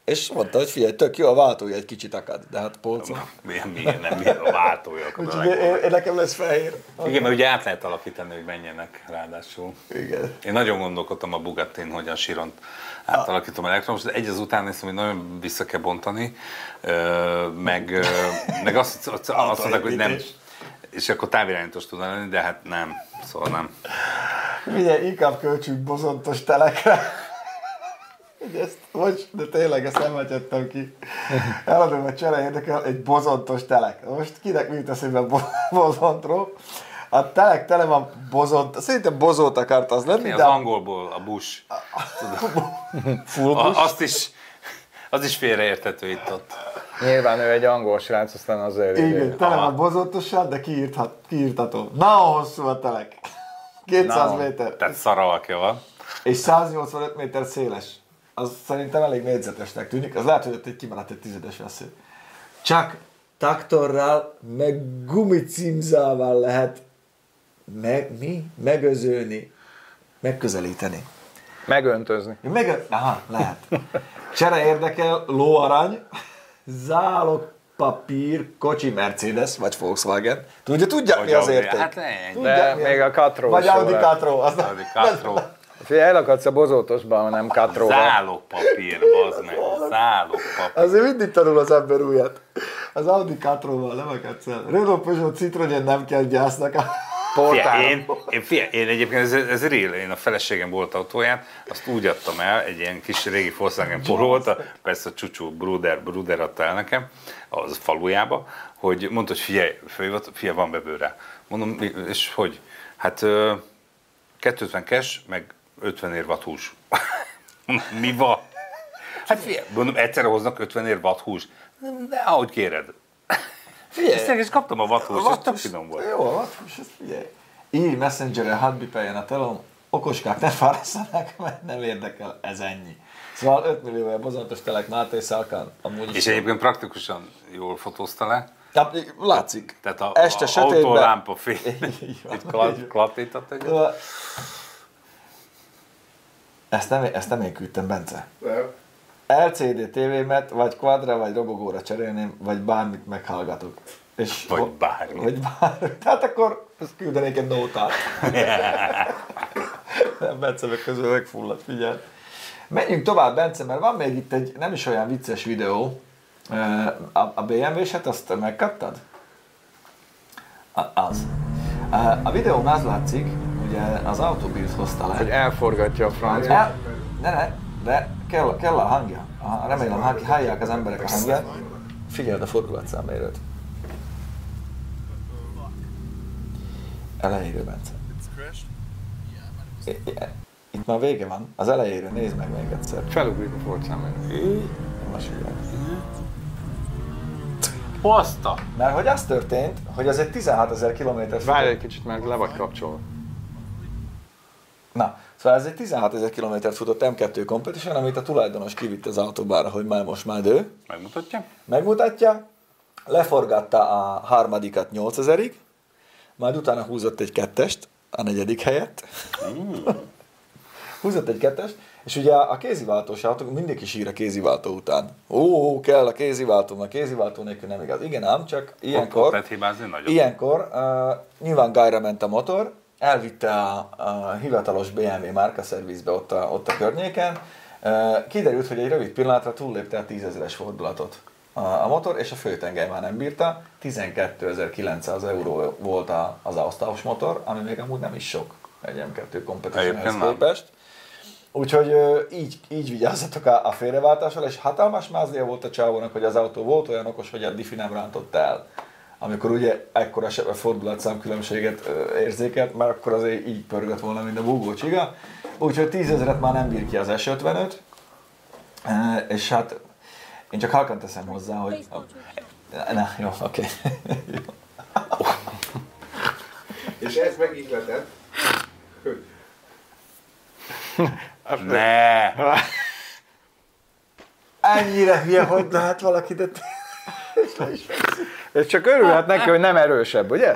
És mondta, hogy figyelj, tök jó, a váltója egy kicsit akad, de hát polcon. Milyen a váltója. Úgyhogy én nekem lesz fehér. Igen, mert ugye át lehet alakítani, hogy menjenek ráadásul. Igen. Én nagyon gondolkodtam a Bugattin, hogy a Chiront átalakítom elektromos, de egy az után néztem, hogy nagyon vissza kell bontani, meg azt mondták, hogy nem, és akkor távirányítós tud lenni, de hát nem, szóval nem. Ugye, inkább költsünk bozontos telekre. De tényleg ezt nem hagyhattam ki. Eladom a csere érdekel, egy bozontos telek. Most kinek mit eszébe bozontról? A telek tele van bozont, szerintem bozót akart az lenni, de... Az angolból, a bush. Full bush. Az is félreérthető itt-ott. Nyilván ő egy angol srác, aztán azért... Igen, tele van bozontossal, de kiírtható. Nagyon hosszú a telek. 200 méter. Tehát szaralakja van. És 185 méter széles. Az szerintem elég négyzetesnek tűnik. Az lehet, hogy ott egy kimaradt egy tizedes veszély. Csak taktorral, meg gumicimzával lehet megözölni, megközelíteni. Megöntözni. Aha, lehet. Csere érdekel, lóarany, zálogpapír, kocsi Mercedes, vagy Volkswagen. Tudják mi az érték? Hát de még a Catró. Vagy Audi Catró. Audi Catró. Figyelj, elakadsz a bozótosban, nem Catróval. Zálogpapír, bazd meg. Zálogpapír. Azért mindig tanul az ember újat. Az Audi Catróval nem akadsz el. Renault Peugeot Citroën nem kell gyásznak a portálon. Én egyébként ez real, én a feleségem volt autóját, azt úgy adtam el, egy ilyen kis régi Volkswagen Polo volt, persze a csúcsú Bruder adta el nekem, az falujába, hogy mondta, hogy figyelj, van bebőre. Mondom, és hogy? Hát 250 cash, meg 50 ér watt hús. Mi van? Hát figyelj, mondom, egyszerre hoznak 50 ér watt hús. De ahogy kéred. Figyelj, és kaptam a watt húst, ez tök finom volt. Jó, a watt hús, ez figyelj. Így Messengerre hadbipeljen a telom, okoskák ne fárasztanak, mert nem érdekel, ez ennyi. Szóval 5 millió bozontos telek Máté Szalkán amúgy is. És egyébként praktikusan jól fotózta le. Ja, látszik. Tehát a este sötétben. Autólámpa fény. Itt klattított egyet. Ezt nem én küldtem, Bence. Nem. LCD TV-met, vagy Quadra, vagy robogóra cserélném, vagy bármit meghallgatok. És Vagy bármi. Vagy bármi. Tehát akkor ezt küldenék egy nótát. Nem, Bence meg közül megfulladt, figyelj. Menjünk tovább, Bence, mert van még itt egy nem is olyan vicces videó. A BMW-set, azt megkaptad? Az. A videón az látszik, ugye az Autobild hozta le. Hogy elforgatja a franc. De kell a hangja. Remélem, hallják az emberek a hangját. Figyeld a fordulatszámérőt. Elejéről, Bence. Itt már vége van. Az elejéről nézd meg még egyszer. Felugrik a fordulatszámérőt. Most Baszta! mert hogy az történt, hogy az egy 16 000 kilométer. Várj egy kicsit, mert le vagy kapcsolva. Na, szóval ez egy 16 000 kilométert futott M2 Competition, amit a tulajdonos kivitt az autóbára, hogy most már ő. Megmutatja? Megmutatja, leforgatta a harmadikat 8000-ig, majd utána húzott egy kettest a negyedik helyett. Húzott egy kettest, és ugye a kéziváltós autók mindenki sír a kéziváltó után. Kell a kéziváltó, mert kéziváltó nélkül nem igaz. Igen ám, csak ilyenkor nyilván gájra ment a motor, elvitte a hivatalos BMW márkaszervizbe ott a környéken, kiderült, hogy egy rövid pillanatra túllépte a 10 000-es fordulatot a motor, és a főtengely már nem bírta, 12.900 euró volt az Ausztaus motor, ami még amúgy nem is sok egy M2 Competitionhez képest. Úgyhogy így vigyázzatok a félreváltással, és hatalmas mázlia volt a csávónak, hogy az autó volt olyan okos, hogy a diffi nem rántott el. Amikor ugye ekkora fordulatszám különbséget érzékelt, mert akkor azért így pörgött volna, mint a búgó csiga. Úgyhogy 10 000-et már nem bír ki az S55, és hát én csak halkan teszem hozzá, hogy... Na, jó, oké. És ez megihletett, hogy... Ne! Ennyire hülye, hogy lehet valaki, de... És csak örülhet neki, hogy nem erősebb, ugye?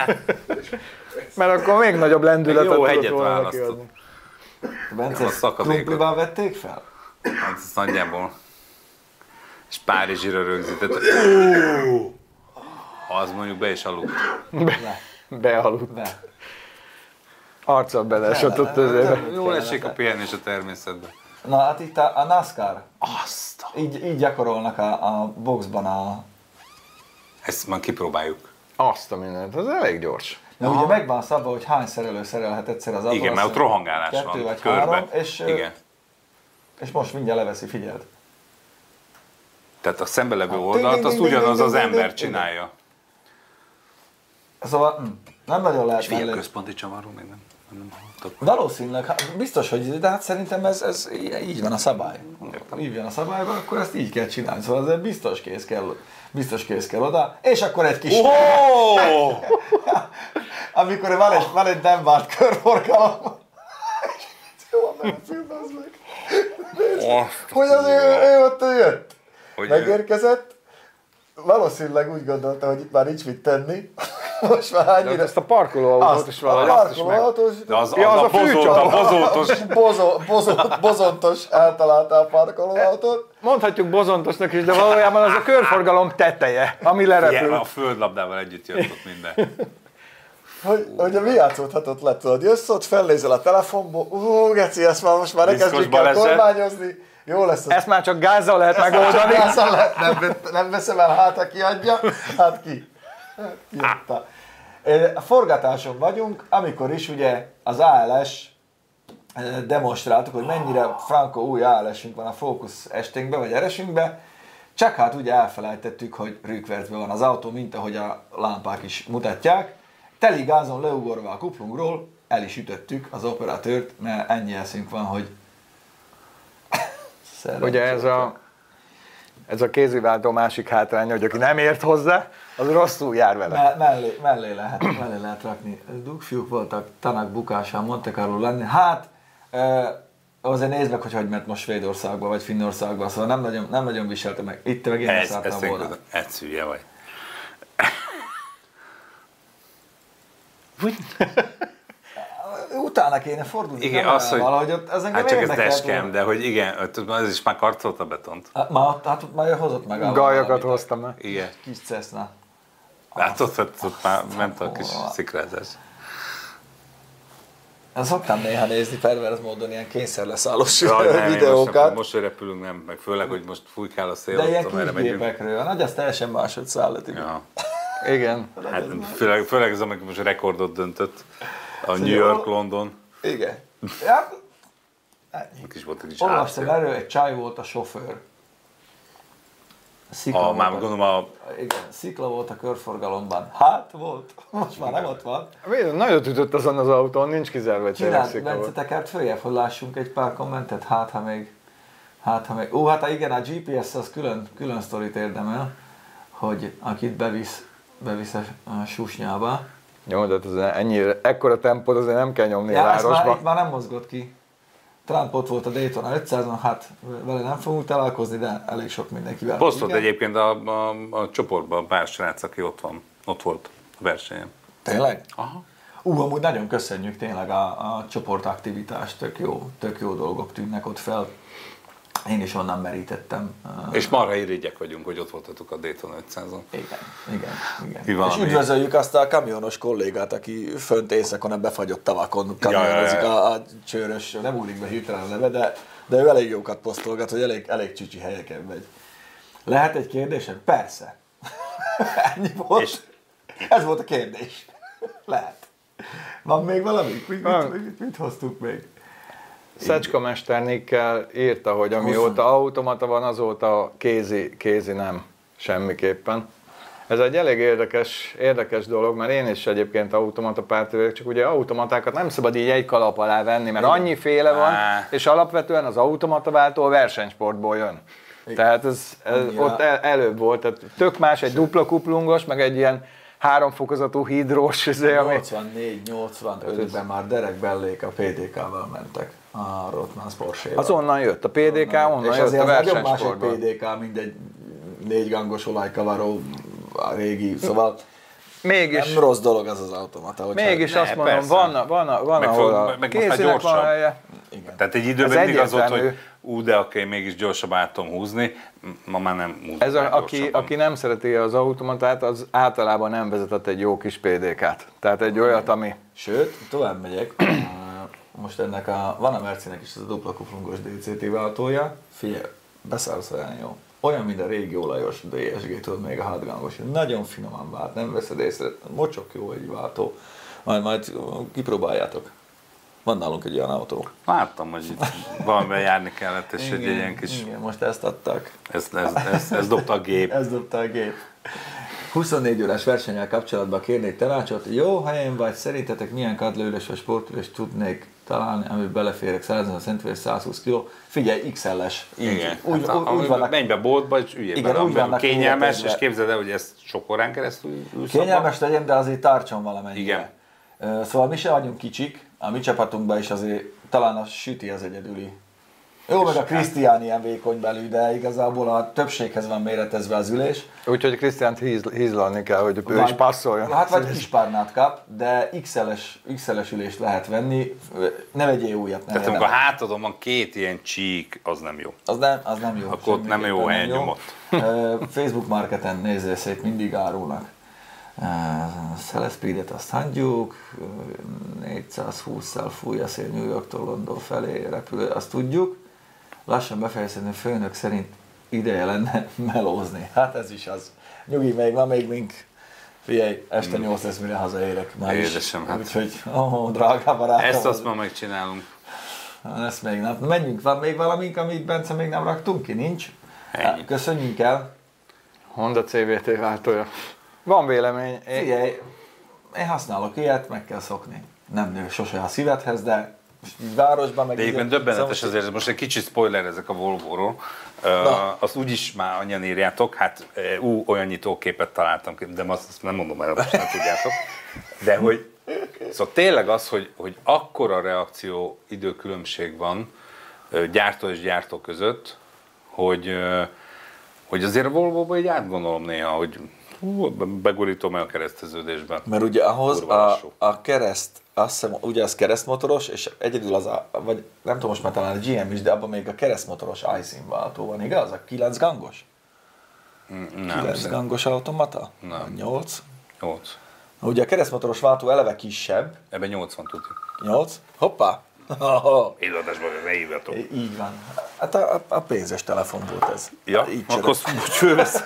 Mert akkor még nagyobb lendületet jó tudott hegyet volna választott. kiadni. Bence, krumplival vették fel? Hát ez nagyjából. És Párizsira rögzített. Az mondjuk be is aludt. Bealudt. Ne. Arccal belesott ott az Jól esik a pihenés a természetben. Na hát itt a NASCAR. Azt. Így gyakorolnak a boxban Ezt már kipróbáljuk. Azt a mindent, az elég gyors. Na ugye megvan szabva, hogy hány szerelő szerelhet egyszer az abban. Igen, mert ott rohangálás van. 2 vagy körbe. 3, Igen. és most mindjárt leveszi, figyeld. Tehát a szembelevő oldalt azt ugyanaz az ember csinálja. Szóval nem nagyon lehet És milyen mellé. központi csavarról még nem hallottak. Valószínűleg, biztos, hogy de hát szerintem ez így van a szabály. Így van a szabályban, akkor ezt így kell csinálni. Szóval ez biztos kész kell oda, és akkor egy kis... Oh! Amikor van egy nem várt körforgalom. Jól nem filmez meg. Hogy az ő ott jött. Megérkezett. Valószínűleg úgy gondolta, hogy itt már nincs mit tenni. Most már hányira... De ezt a parkolóautót is valahogy azt is meg... De az a bozótos. Bozontos eltalálta a parkolóautót. Mondhatjuk bozontosnak is, de valójában az a körforgalom teteje, ami lerepül. A földlabdával együtt jött ott minden. Hogy mi játszódhatott le, tudod, jössz ott, felnézel a telefonból, geci, ezt már most már elkezdjük kell kormányozni, jó lesz az. Ezt már csak gázzal lehet megoldani. Gázzal lehet, nem veszem el, hát aki adja, hát ki. Kiadta. A forgatáson vagyunk, amikor is ugye az ALS demonstráltuk, hogy mennyire frankó új ALS-ünk van a Focus esténkbe, vagy eresünkbe, csak hát ugye elfelejtettük, hogy rükvercben van az autó, mint ahogy a lámpák is mutatják. Teli gázon leugorva a kuplungról, el is ütöttük az operatőrt, mert ennyi eszünk van, hogy... Ugye ez a kéziváltó másik hátránya, hogy aki nem ért hozzá, az rosszul jár vele. Mellé lehet rakni. Dugfiúk voltak, Tanak bukásán, Monte Carlo lenni. Hát, azért nézd meg, hogy ment most Svédországba, vagy Finnországba, szóval nem nagyon viselte meg. Itt meg én szálltam volna. Ez szülye vagy. Utána kéne fordulni. Igen, az, hogy valahogy ott, az engem hát csak ez érdekelt dashcam, volna. de hogy igen, ez is már karcolt a betont. Hát ott már hozott meg. Galjakat hoztam el. Igen. Kis Cessna. Hát ott már ment a kis szikrázás. Szoktam néha nézni perverz módon ilyen kényszerleszállós Jaj, videókat. Most repülünk, nem, meg főleg, hogy most fújkál a szél. De ilyen kisgépekről van, az teljesen másodszállat. Ja. Igen. Hát főleg ez, amikor most rekordot döntött a New York-London. Igen. Ja, Kis volt egy kis olvastam erről, egy csaj volt a sofőr. Már gondolom Igen, szikla volt a körforgalomban. Hát volt, most már nem ott van. Nagyot ütött azon az autón, nincs kizárva, hogy tényleg Csináld szikla volt. Bence följebb, hogy lássunk egy pár kommentet, hát ha még. Hát igen, a GPS az külön sztorit érdemel, hogy akit bevisz a susnyába. Jó, de ekkora tempót azért nem kell nyomni a városba. Itt már nem mozgott ki. Trump ott volt a Daytona 500-on, hát vele nem fogunk találkozni, de elég sok mindenkivel. posztolt egyébként a csoportban pár srác, aki ott volt a versenyen. Tényleg? Aha. Amúgy nagyon köszönjük tényleg a csoportaktivitást, tök jó dolgok tűnnek ott fel. Én is onnan merítettem. És marha irigyek vagyunk, hogy ott voltatok a Daytona 500-on. Igen. És üdvözöljük azt a kamionos kollégát, aki fönt éjszakon a befagyott tavakon kamionozik a csőrös, nem úrik be hirtelen neve, de ő elég jókat posztolgat, hogy elég csicsi helyeken megy. Lehet egy kérdésem? Persze. Ennyi volt. És... Ez volt a kérdés. Lehet. Van még valami? Mit hoztuk még? Szecska mesternékkel írta, hogy amióta automata van, azóta kézi nem, semmiképpen. Ez egy elég érdekes dolog, mert én is egyébként automata párti vagyok, csak ugye automatákat nem szabad így egy kalap alá venni, mert annyiféle van, és alapvetően az automataváltó a versenysportból jön. Tehát ez ott előbb volt, tehát tök más egy dupla kuplungos, meg egy ilyen 3 fokozatú hidrós, ami... 84-85-ben már Derek Bellék a PDK-val mentek a Rothmans Porsche-val. Az onnan jött, a PDK onnan jött a versenysportból. És azért más egy PDK, mint egy 4 gangos olajkavaró, a régi, szóval Mégis. Nem rossz dolog ez az automata. Mégis azt mondom, van ahol a kézinek van helye. Igen. Tehát egy időben mindig az volt, hogy de oké, mégis gyorsabban át tudom húzni, ma már nem húzom. Ez aki nem szereti az automatát, az általában nem vezetett egy jó kis PDK-t. Tehát egy olyat, ami... Sőt, tovább megyek. Most ennek van a Mercinek is ez a dupla kuplungos DCT váltója. Figyelj, beszállsz olyan jó. Olyan, mint a régi olajos DSG, tudod, még a hátgangos. Nagyon finoman vált, nem veszed észre. Mocsok jó egy váltó. Majd kipróbáljátok. Van nálunk egy olyan autó. Láttam, hogy itt valamivel járni kellett, és egy ilyen kis... Igen, most ezt adtak. Ez dobta a gép. Ez dobta a gép. 24 órás versennyel kapcsolatban kérnék tanácsot. Jó helyen vagy, szerintetek milyen kadlőülés vagy sportülést tudnék találni, amiben beleférek 150 cm és 120 kg. Figyelj, XL-es. Igen. Úgy vannak, menj be a boltba, és üljél bele. Kényelmes, és képzeld el, hogy ezt sok órán keresztül ülsz. Kényelmes legyen, de azért tartson valamennyire. Igen. Szóval mi se vagyunk kicsik, a mi csapatunkban is azért talán a Süti az egyedüli. Jó, meg a Krisztián ilyen vékony belül, de igazából a többséghez van méretezve az ülés. Úgyhogy Krisztiánt hízlalni kell, hogy ő is passzoljon. Hát vagy kispárnát kap, de XL-es ülést lehet venni, ne vegyél újat. Tehát amikor a hátadon van két ilyen csík, az nem jó. Az nem jó. Akkor nem jó helyen nyomott. Facebook Marketen nézzél szét, mindig árulnak. Celespeedet azt hagyjuk, 420-szal fúj a szél New Yorktól London felé repülő, azt tudjuk. Lassan befejeződni, főnök szerint ideje lenne melózni. Hát ez is az. Nyugi, még van még mink. Figyelj, este 8 lesz, mire hazaérek. Édesem, hát. Úgyhogy, drága barátom. Ezt azt már megcsinálunk. Ezt még nem. Menjünk, van még valamink, amit Bence még nem raktunk ki? Nincs? Ennyi. Köszönjünk el. Honda CVT váltója. Van vélemény. Figyelj, én használok ilyet, meg kell szokni. Nem nő sose a szívedhez, de városban meg... De egyébként döbbenetes azért, most egy kicsit spoiler ezek a Volvo-ról. Azt úgyis már annyian írjátok, hát olyan nyitóképet találtam, de azt nem mondom el, most nem tudjátok. De hogy, szóval tényleg az, hogy akkora reakció időkülönbség van gyártó és gyártó között, hogy azért a Volvo-ban így átgondolom néha, hogy begurítom el a kereszteződésben. Mert ugye ahhoz a kereszt, azt hiszem, ugye az keresztmotoros, és egyedül az vagy nem tudom, most már talán a GM is, de abban még a keresztmotoros iSIM váltó van, igaz? A 9 gangos? Nem. 9 gangos automata? Nem. 8? 8. Ugye a keresztmotoros váltó eleve kisebb. Ebben 80 tudjuk. 8? Hoppá! Illatásban ne hívjatok. Így van. Hát a pénzes telefon volt ez. Ja, így akkor fölvesz.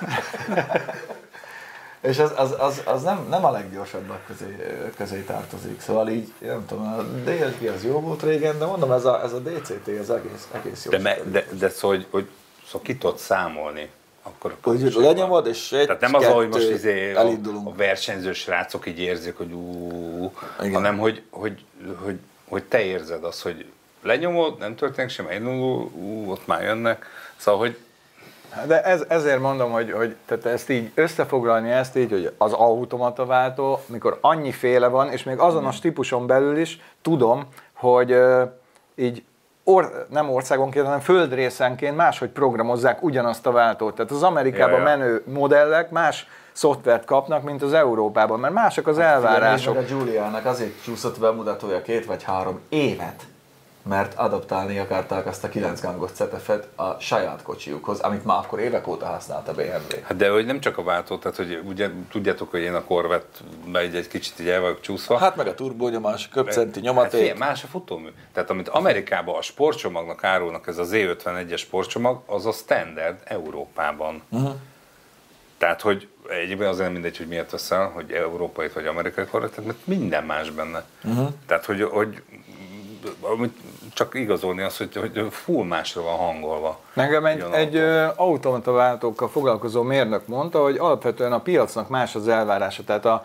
És az nem a leggyorsabbak közé tartozik. Szóval így, nem tudom, a DSG az jó volt régen, de mondom, ez a DCT az egész jó. De szóval, hogy ki tudod számolni, akkor hogy lenyomod, és tehát nem az, hogy most elindulunk. A versenyző srácok így érzik, hogy hanem hogy te érzed azt, hogy lenyomod, nem történik semmi, ott már jönnek. Szóval, hogy de ezért mondom, hogy tehát ezt így összefoglalni, ezt így, hogy az automata váltó, mikor annyi féle van, és még azonos típuson belül is tudom, hogy így nem országonként, hanem földrészenként máshogy programozzák ugyanazt a váltót. Tehát az Amerikában menő modellek más szoftvert kapnak, mint az Európában, mert mások az elvárások. A Giuliának azért csúszott be mutatója 2 vagy 3 évet, mert adaptálni akarták azt a 9 gangos CTF-et a saját kocsiukhoz, amit már akkor évek óta használt a BMW. Hát de hogy nem csak a váltó, tehát hogy ugye tudjátok, hogy én a Corvette-be egy kicsit így el vagyok csúszva. Hát meg a turbónyomás, a köpcenti nyomaték. Hát más a futómű. Tehát amit Amerikában a sportcsomagnak árulnak, ez az E51-es sportcsomag, az a standard Európában. Tehát, hogy egyébként azért nem mindegy, hogy miért veszel, hogy európai vagy amerikai Corvette, mert minden más benne. Tehát, hogy amit csak igazolni az, hogy full másra van hangolva. Nekem egy automata váltókkal foglalkozó mérnök mondta, hogy alapvetően a piacnak más az elvárása. Tehát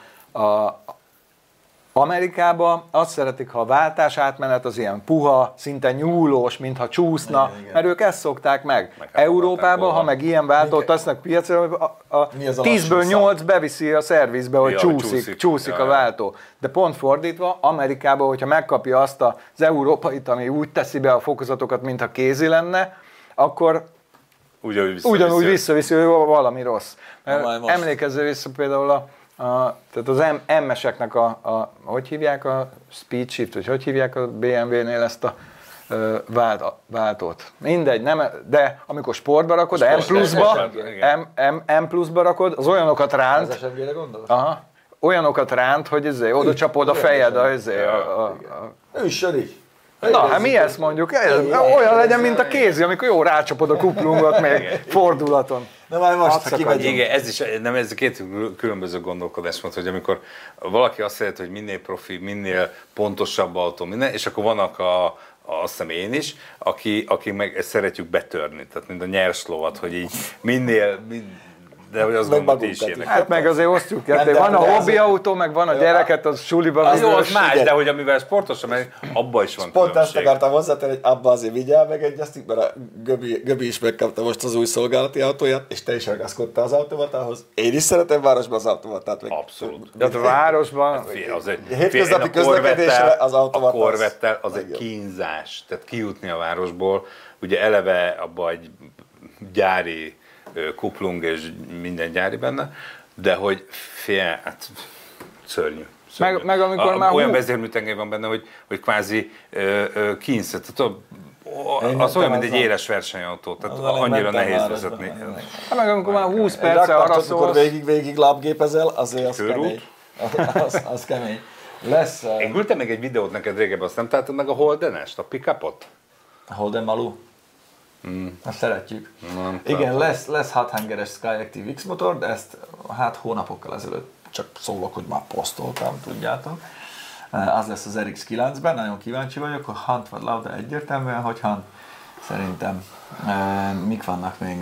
Amerikában azt szeretik, ha a váltás átmenet az ilyen puha, szinte nyúlós, mintha csúszna, igen. Mert ők ezt szokták meg. Európában, ha meg ilyen váltót tesznek piacra, a 10-ből 8 beviszi a szervizbe, hogy csúszik a váltó. De pont fordítva, Amerikában, hogyha megkapja azt az európait, ami úgy teszi be a fokozatokat, mintha kézi lenne, akkor ugyanúgy visszaviszi, hogy valami rossz. Emlékezzél vissza például tehát az M-eseknek hogy hívják a Speed Shift, vagy hogy hívják a BMW-nél ezt a váltót. Mindegy, nem, de amikor sportba rakod, M pluszba rakod, az olyanokat ránt. Az SMG-re gondolsz? Aha. Olyanokat ránt, hogy oda csapod a fejed Üssön így. Na, hát mi ezt mondjuk? Olyan legyen, mint a kézi, amikor jó rácsapod a kuplungot még fordulaton. Na már most, ha kimegyünk. Igen, ez két különböző gondolkodásmód, hogy amikor valaki azt szerető, hogy minél profi, minél pontosabb autó, minden, és akkor vannak azt hiszem én is, aki meg szeretjük betörni, tehát mint a nyers lovat, hogy így minél de hogy azt gondolom, ti is ilyenek. Hát meg azért osztjuk ketté. Van a hobbi autó, meg van a gyereket, az suliban. Az jó, az más, de hogy amivel sportosan, mert abban is van pont ezt akartam hozzátenni, hogy abba azért vigyál meg egyeztük, mert a Göbi is megkapta most az új szolgálati autóját, és te is ragaszkodtál az automatához. Én is szeretem városban az automatát. Abszolút. De a városban... Hétköznapi közlekedésre az automat. A Corvettel az egy kínzás. Tehát kijutni a városból, ugye eleve abban egy gyári kuplung és minden gyári benne, de hogy hát szörnyű. Meg amikor már olyan vezérműtengely van benne, hogy kvázi kínzat. Az olyan, mint egy éles versenyautó, tehát annyira nehéz vezetni. Hát meg amikor már 20 perce arra szólsz. Amikor végig lábgépezel, azért az kemény. Az kemény. Lesz... Én küldtem meg egy videót neked régebben, azt nem találtad meg a Holdenest, a pick-upot? A Holden Maloo? Azt szeretjük. Igen, lesz 6 hengeres Skyactiv X motor, de ezt hát hónapokkal ezelőtt csak szólok, hogy már posztoltam, tudjátok. Az lesz az RX-9-ben, nagyon kíváncsi vagyok, hogy Hunt vagy Lauda egyértelműen, hogy Hunt. Szerintem mik vannak még?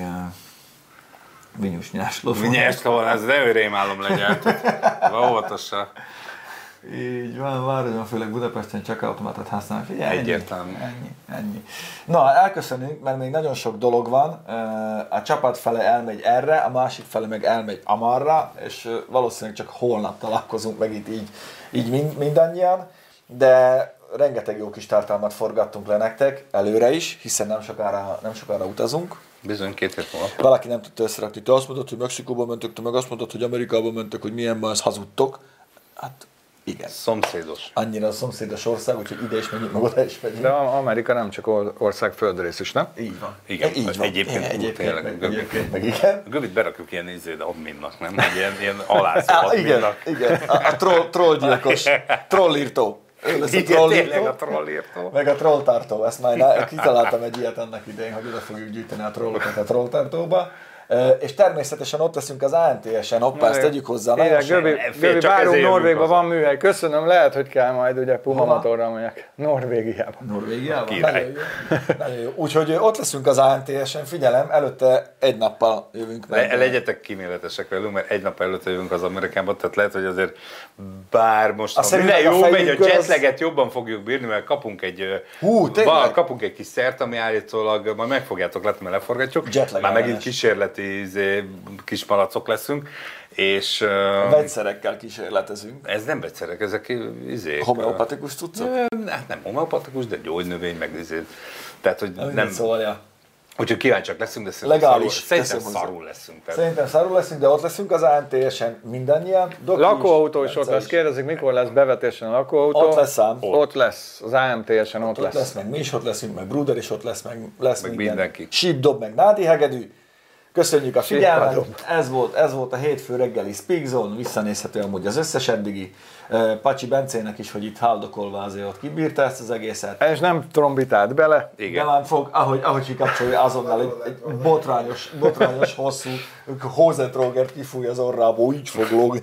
Vinyus nyásló. Nyásló, ez nagyon rémálom legyen. Óvatosan. Így van, várjon, főleg Budapesten csak automatát használnak. Figyelj, egyértelmű. Ennyi. Na, elköszönünk, mert még nagyon sok dolog van. A csapat fele elmegy erre, a másik fele meg elmegy amarra, és valószínűleg csak holnap találkozunk meg itt így mindannyian, de rengeteg jó kis tartalmat forgattunk le nektek, előre is, hiszen nem sokára utazunk. Bizony, 2 hét múlva. Valaki nem tudta összerakni. Te azt mondod, hogy Mexikóba mentek, te meg azt mondod, hogy Amerikába mentek, hogy milyen ma, ezt hazudtok. Hát igen. Szomszédos. Annyira a szomszédos ország, úgyhogy ide is megyünk, meg oda is megyünk. De Amerika nem csak ország, földrész is, nem? Így van. Igen, így van. Egyébként meg igen. Göbit berakjuk ilyen adminnak, nem? Ilyen alázó adminnak. Igen. A trollgyilkos, trollírtó. Ő lesz a trollírtó. Meg a trolltartó. Ezt már kitaláltam egy ilyet annak idején, hogy oda fogjuk gyűjteni a trollokat a trolltartóba. És természetesen ott leszünk az ANTS-en, hoppá, ezt tegyük hozzá. Göbi, várunk, Norvégban van műhely. Köszönöm, lehet, hogy kell majd ugye Puma motorral megyek. Norvégiában. Nagyon jó. Úgyhogy ott leszünk az ANTS-en, figyelem, előtte egy nappal jövünk meg. Legyetek kíméletesek velünk, mert egy nap előtte jövünk az Amerikában, tehát lehet, hogy azért bár most jó megy, a jetlaget jobban fogjuk bírni, mert kapunk egy kis szert, ami állítólag majd meg fogjátok látni, mert leforgatjuk. Már megint kísérleti kis malacok leszünk, és... Vegyszerekkel kísérletezünk. Ez nem vegyszerek, ezek homeopatikus cuccok? Hát nem homeopatikus, de gyógynövény, meg tehát, hogy nem... Szóval, ja. Úgyhogy kíváncsiak leszünk, de szerintem szarul leszünk. Szerintem szarul leszünk, de ott leszünk az ANTS-en mindannyian. Lakóautó is ott lesz, kérdezik, mikor lesz bevetésen a lakóautó. Ott lesz ám. Ott lesz, az AMTS-en ott lesz. Meg mi is ott leszünk, meg Bruder is ott lesz, meg lesz mindenki. Sípdob, meg Nádi Hegedű. Köszönjük a figyelmet, ez volt a hétfő reggeli Speak Zone, visszanézhető amúgy az összes eddigi. Pacsi Bencének is, hogy itt haldokolva azért ott kibírta ezt az egészet. És nem trombitált bele. Igen. De már fog, ahogy kikapcsolja, azonnal egy botrányos hosszú Hosentrogert kifúj az orrából, így fog lógni.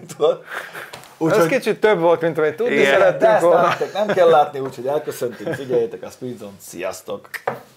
Ez kicsit több volt, mint amit tudni szerettünk volna. Nem kell látni, úgyhogy elköszöntünk, figyeljétek a Speak Zone, sziasztok!